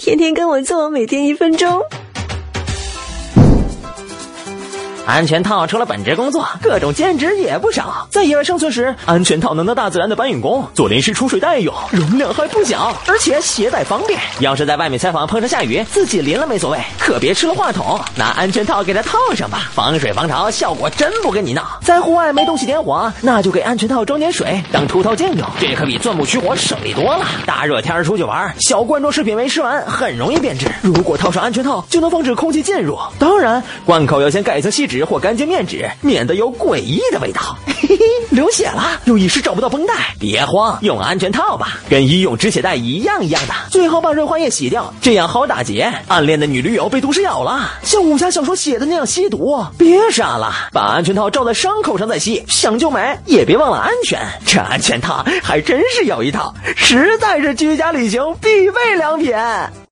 天天跟我做，每天1分钟。 安全套除了本职工作，各种兼职也不少。在野外生存时，安全套能当大自然的搬运工，做临时出水代用，容量还不小，而且携带方便。要是在外面采访碰上下雨，自己淋了没所谓，可别吃了话筒，拿安全套给它套上吧，防水防潮，效果真不跟你闹。在户外没东西点火，那就给安全套装点水当秃头酱用，这可比钻木取火省力多了。大热天出去玩，小罐装食品没吃完，很容易变质。如果套上安全套，就能防止空气进入。当然，罐口要先盖一层锡纸或干净面纸，免得有诡异的味道。嘿嘿，流血了，又一时找不到绷带，别慌，用安全套吧，跟医用止血带一样的。最好把润滑液洗掉，这样好打结。暗恋的女驴友被毒蛇咬了，像武侠小说写的那样吸毒，别傻了，把安全套罩在伤口上再吸。想就买，也别忘了安全。这安全套还真是有一套，实在是居家旅行必备良品。